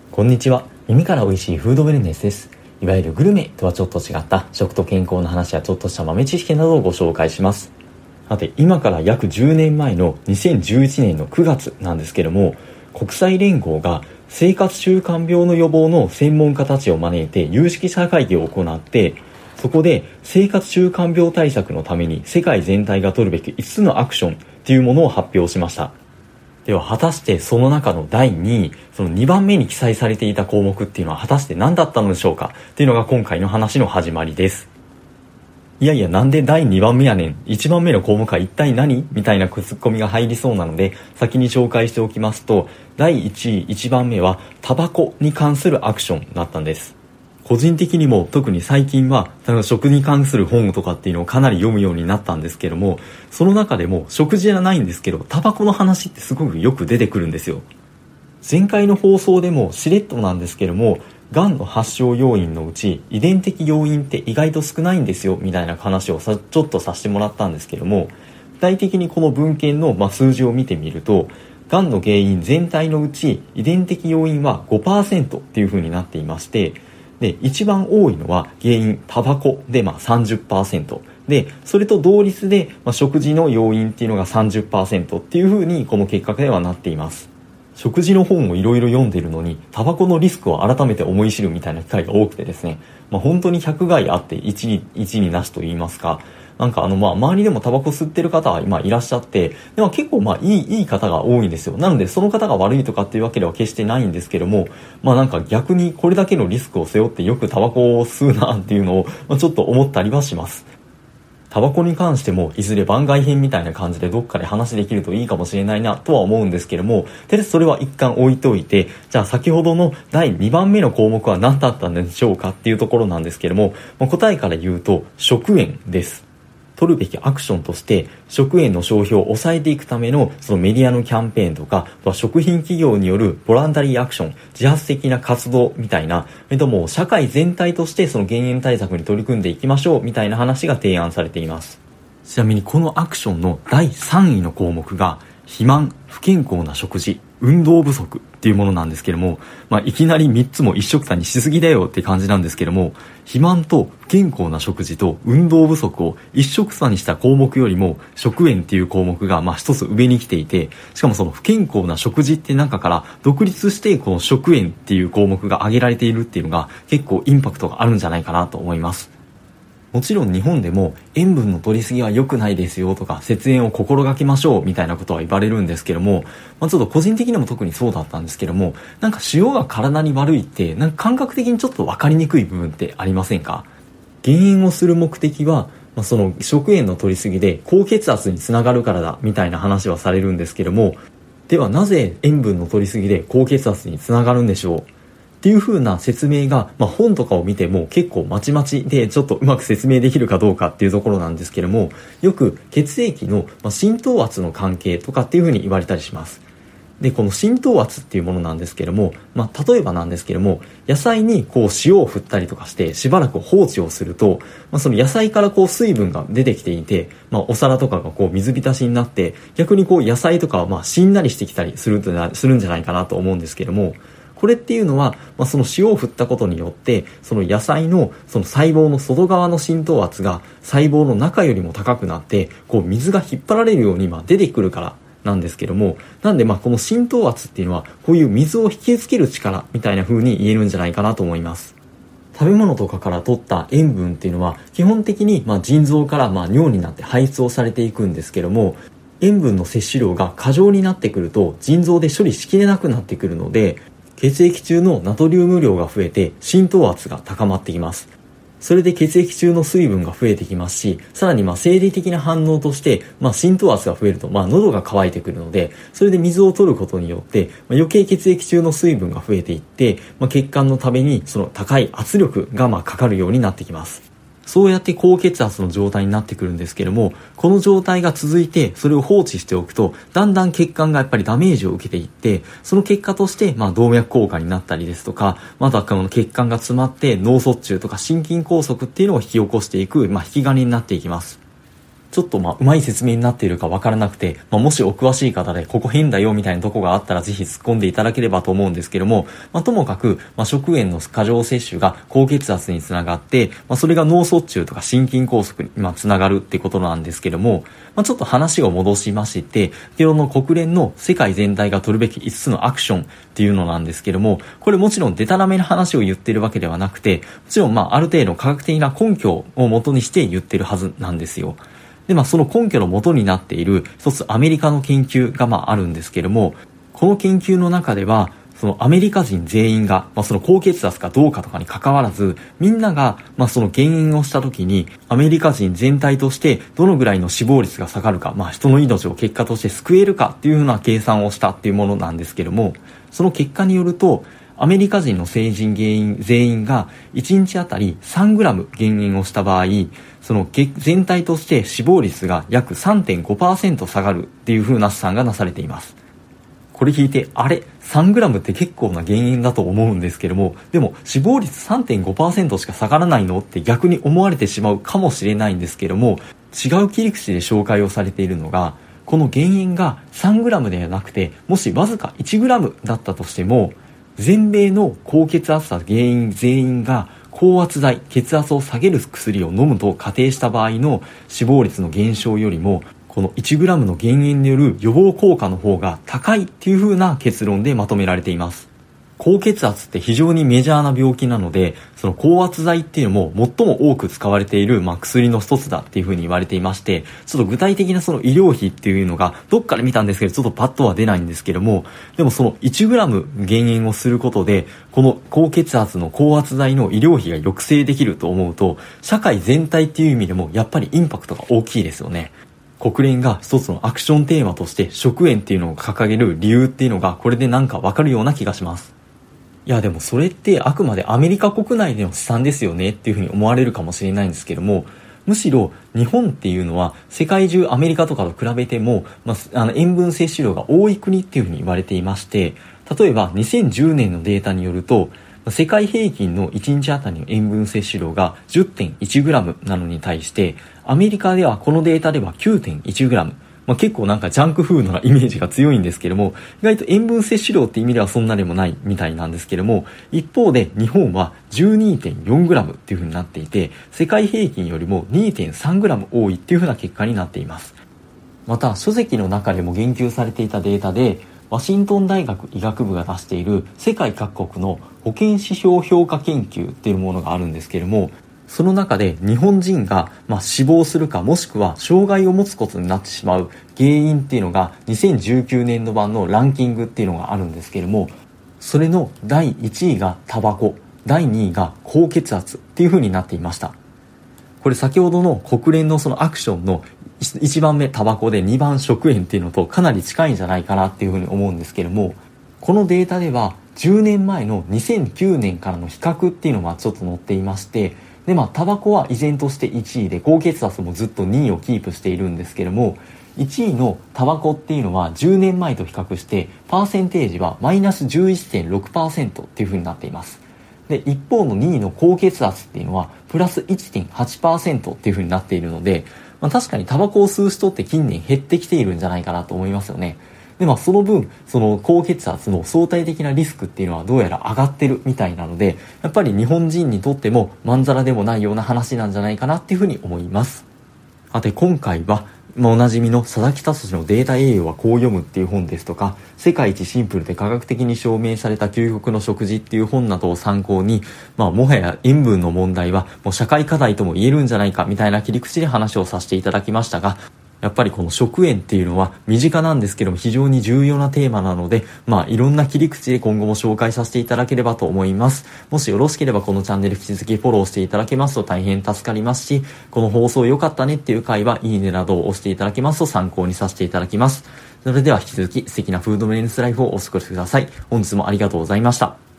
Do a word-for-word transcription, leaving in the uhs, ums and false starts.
こんにちは。耳から美味しいフードウェルネスです。いわゆるグルメとはちょっと違った食と健康の話やちょっとした豆知識などをご紹介します。さて、今から約じゅうねんまえのにせんじゅういちねんのくがつなんですけども、国際連合が生活習慣病の予防の専門家たちを招いて有識者会議を行って、そこで生活習慣病対策のために世界全体が取るべきいつつのアクションというものを発表しました。では果たしてその中のだいにい、そのにばんめに記載されていた項目っていうのは果たして何だったのでしょうかっていうのが今回の話の始まりです。いやいや、なんでだいにばんめやねん、いちばんめの項目は一体何みたいなツッコミが入りそうなので先に紹介しておきますと、だいいちいいちばんめはタバコに関するアクションだったんです。個人的にも特に最近は食に関する本とかっていうのをかなり読むようになったんですけども、その中でも食事じゃないんですけどタバコの話ってすごくよく出てくるんですよ。前回の放送でもしれっとなんですけども、がんの発症要因のうち遺伝的要因って意外と少ないんですよみたいな話をさちょっとさせてもらったんですけども、具体的にこの文献の、まあ、数字を見てみると、がんの原因全体のうち遺伝的要因は ごパーセント っていう風になっていまして、で一番多いのは原因タバコで、まあ、さんじゅっパーセント で、それと同率で、まあ、食事の要因っていうのが さんじゅっパーセント っていう風にこの結果ではなっています。食事の本をいろいろ読んでいるのにタバコのリスクを改めて思い知るみたいな機会が多くてですね、まあ、本当に百害あって一に一になしと言いますか、なんかあのまあ周りでもタバコ吸ってる方は今いらっしゃって、でも結構まあいいいい方が多いんですよ。なのでその方が悪いとかっていうわけでは決してないんですけども、まあなんか逆にこれだけのリスクを背負ってよくタバコを吸うなっていうのを、まあ、ちょっと思ったりはします。タバコに関してもいずれ番外編みたいな感じでどっかで話できるといいかもしれないなとは思うんですけども、とりあえずそれは一旦置いといて、じゃあ先ほどのだいにばんめの項目は何だったんでしょうかっていうところなんですけども、まあ、答えから言うと食塩です。取るべきアクションとして食塩の消費を抑えていくためのそのメディアのキャンペーンとか、食品企業によるボランタリーアクション、自発的な活動みたいな、えっともう社会全体としてその減塩対策に取り組んでいきましょうみたいな話が提案されています。ちなみにこのアクションのだいさんいの項目が肥満、不健康な食事、運動不足っていうものなんですけども、まあ、いきなりみっつも一緒くたにしすぎだよって感じなんですけども、肥満と不健康な食事と運動不足を一緒くたにした項目よりも食塩っていう項目がまあ一つ上に来ていて、しかもその不健康な食事って中から独立してこの食塩っていう項目が挙げられているっていうのが結構インパクトがあるんじゃないかなと思います。もちろん日本でも塩分の摂りすぎは良くないですよとか節塩を心がけましょうみたいなことは言われるんですけども、まあ、ちょっと個人的にも特にそうだったんですけども、なんか塩が体に悪いってなんか感覚的にちょっと分かりにくい部分ってありませんか？減塩をする目的は、まあ、その食塩の摂りすぎで高血圧につながるからだみたいな話はされるんですけども、ではなぜ塩分の摂りすぎで高血圧につながるんでしょうっていう風な説明が、まあ、本とかを見ても結構まちまちでちょっとうまく説明できるかどうかっていうところなんですけども、よく血液の浸透圧の関係とかっていう風に言われたりします。で、この浸透圧っていうものなんですけども、まあ、例えばなんですけども、野菜にこう塩を振ったりとかしてしばらく放置をすると、まあ、その野菜からこう水分が出てきていて、まあ、お皿とかがこう水浸しになって、逆にこう野菜とかはまあしんなりしてきたりするするんじゃないかなと思うんですけども、これっていうのは、まあ、その塩を振ったことによってその野菜のその細胞の外側の浸透圧が細胞の中よりも高くなって、こう水が引っ張られるようにまあ出てくるからなんですけども、なんでまあこの浸透圧っていうのはこういう水を引きつける力みたいな風に言えるんじゃないかなと思います。食べ物とかから取った塩分っていうのは基本的にまあ腎臓からまあ尿になって排出をされていくんですけども、塩分の摂取量が過剰になってくると腎臓で処理しきれなくなってくるので、血液中のナトリウム量が増えて浸透圧が高まってきます。それで血液中の水分が増えてきますし、さらにまあ生理的な反応として、まあ、浸透圧が増えると、まあ、喉が渇いてくるので、それで水を取ることによって、まあ、余計血液中の水分が増えていって、まあ、血管のためにその高い圧力がまあかかるようになってきます。そうやって高血圧の状態になってくるんですけども、この状態が続いてそれを放置しておくと、だんだん血管がやっぱりダメージを受けていって、その結果としてまあ動脈硬化になったりですとか、またこの血管が詰まって脳卒中とか心筋梗塞っていうのを引き起こしていく、まあ、引き金になっていきます。 ちょっとまあうまい説明になっているかわからなくて、まあ、もしお詳しい方でここ変だよみたいなとこがあったらぜひ突っ込んでいただければと思うんですけども、まあ、ともかく、まあ、食塩の過剰摂取が高血圧につながって、まあ、それが脳卒中とか心筋梗塞にまあつながるってことなんですけども、まあ、ちょっと話を戻しまして、先ほどの国連の世界全体が取るべきいつつのアクションっていうのなんですけども、これもちろんデタラメな話を言ってるわけではなくて、もちろんまあある程度科学的な根拠を元にして言ってるはずなんですよ。で、まあその根拠の元になっている一つアメリカの研究がまああるんですけども、この研究の中ではそのアメリカ人全員が、まあ、その高血圧かどうかとかに関わらず、みんなが、まあ、その減塩をした時に、アメリカ人全体としてどのぐらいの死亡率が下がるか、まあ、人の命を結果として救えるかっていうような計算をしたっていうものなんですけども、その結果によると、アメリカ人の成人全員がいちにちあたり さんグラム 減塩をした場合、その全体として死亡率が約 さんてんごパーセント 下がるっていう風な試算がなされています。これ聞いて、あれ ?さんグラム って結構な減塩だと思うんですけども、でも死亡率 さんてんごパーセント しか下がらないのって逆に思われてしまうかもしれないんですけども、違う切り口で紹介をされているのが、この減塩が さんグラム ではなくて、もしわずか いちグラム だったとしても、全米の高血圧者原因全員が高圧剤、血圧を下げる薬を飲むと仮定した場合の死亡率の減少よりも、この いちグラム の減塩による予防効果の方が高いっていう風な結論でまとめられています。高血圧って非常にメジャーな病気なので、その高圧剤っていうのも最も多く使われている、まあ、薬の一つだっていう風に言われていまして、ちょっと具体的なその医療費っていうのがどっから見たんですけど、ちょっとパッとは出ないんですけども、でもその いちグラム 減塩をすることで、この高血圧の高圧剤の医療費が抑制できると思うと、社会全体っていう意味でもやっぱりインパクトが大きいですよね。国連が一つのアクションテーマとして食塩っていうのを掲げる理由っていうのがこれでなんかわかるような気がします。いやでもそれってあくまでアメリカ国内での試算ですよねっていうふうに思われるかもしれないんですけども、むしろ日本っていうのは世界中アメリカとかと比べても、まあ、あの塩分摂取量が多い国っていうふうに言われていまして、例えばにせんじゅうねんのデータによると世界平均のいちにちあたりの塩分摂取量が じゅってんいちグラム なのに対してアメリカではこのデータでは きゅうてんいちグラム、まあ、結構なんかジャンクフードなイメージが強いんですけども、意外と塩分摂取量って意味ではそんなでもないみたいなんですけども、一方で日本は じゅうにてんよんグラム っていう風になっていて、世界平均よりも にてんさんグラム 多いっていう風な結果になっています。また書籍の中でも言及されていたデータで、ワシントン大学医学部が出している世界各国の保健指標評価研究っていうものがあるんですけれども、その中で日本人が、まあ、死亡するかもしくは障害を持つことになってしまう原因っていうのがにせんじゅうきゅうねんど版のランキングっていうのがあるんですけれども、それのだいいちいがタバコ、だいにいが高血圧っていう風になっていました。これ先ほどの国連のそのアクションのいちばんめタバコでにばん食塩っていうのとかなり近いんじゃないかなっていう風に思うんですけれども、このデータではじゅうねんまえのにせんきゅうねんからの比較っていうのがちょっと載っていまして、でまあタバコは依然としていちいで高血圧もずっとにいをキープしているんですけれども、いちいのタバコっていうのはじゅうねんまえと比較してパーセンテージはマイナス じゅういってんろくパーセント っていう風になっています。で一方のにいの高血圧っていうのはプラス いってんはちパーセント っていう風になっているので、まあ、確かにタバコを吸う人って近年減ってきているんじゃないかなと思いますよね。でまあその分その高血圧の相対的なリスクっていうのはどうやら上がってるみたいなので、やっぱり日本人にとってもまんざらでもないような話なんじゃないかなっていうふうに思います。さて今回は、まあ、おなじみの佐々木達のデータ栄養はこう読むっていう本ですとか、世界一シンプルで科学的に証明された究極の食事っていう本などを参考に、まあもはや塩分の問題はもう社会課題とも言えるんじゃないかみたいな切り口で話をさせていただきましたが、やっぱりこの食塩っていうのは身近なんですけども非常に重要なテーマなので、まあいろんな切り口で今後も紹介させていただければと思います。もしよろしければこのチャンネル引き続きフォローしていただけますと大変助かりますし、この放送良かったねっていう回はいいねなどを押していただけますと参考にさせていただきます。それでは引き続き素敵なフードメインスライフをお過ごしください。本日もありがとうございました。